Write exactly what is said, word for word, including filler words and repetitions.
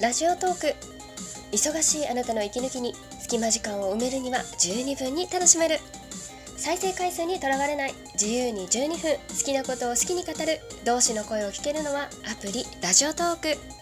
ラジオトーク。忙しいあなたの息抜きに隙間時間を埋めるには十二分に楽しめる。再生回数にとらわれない、自由にじゅうにふん好きなことを好きに語る同志の声を聞けるのはアプリラジオトーク。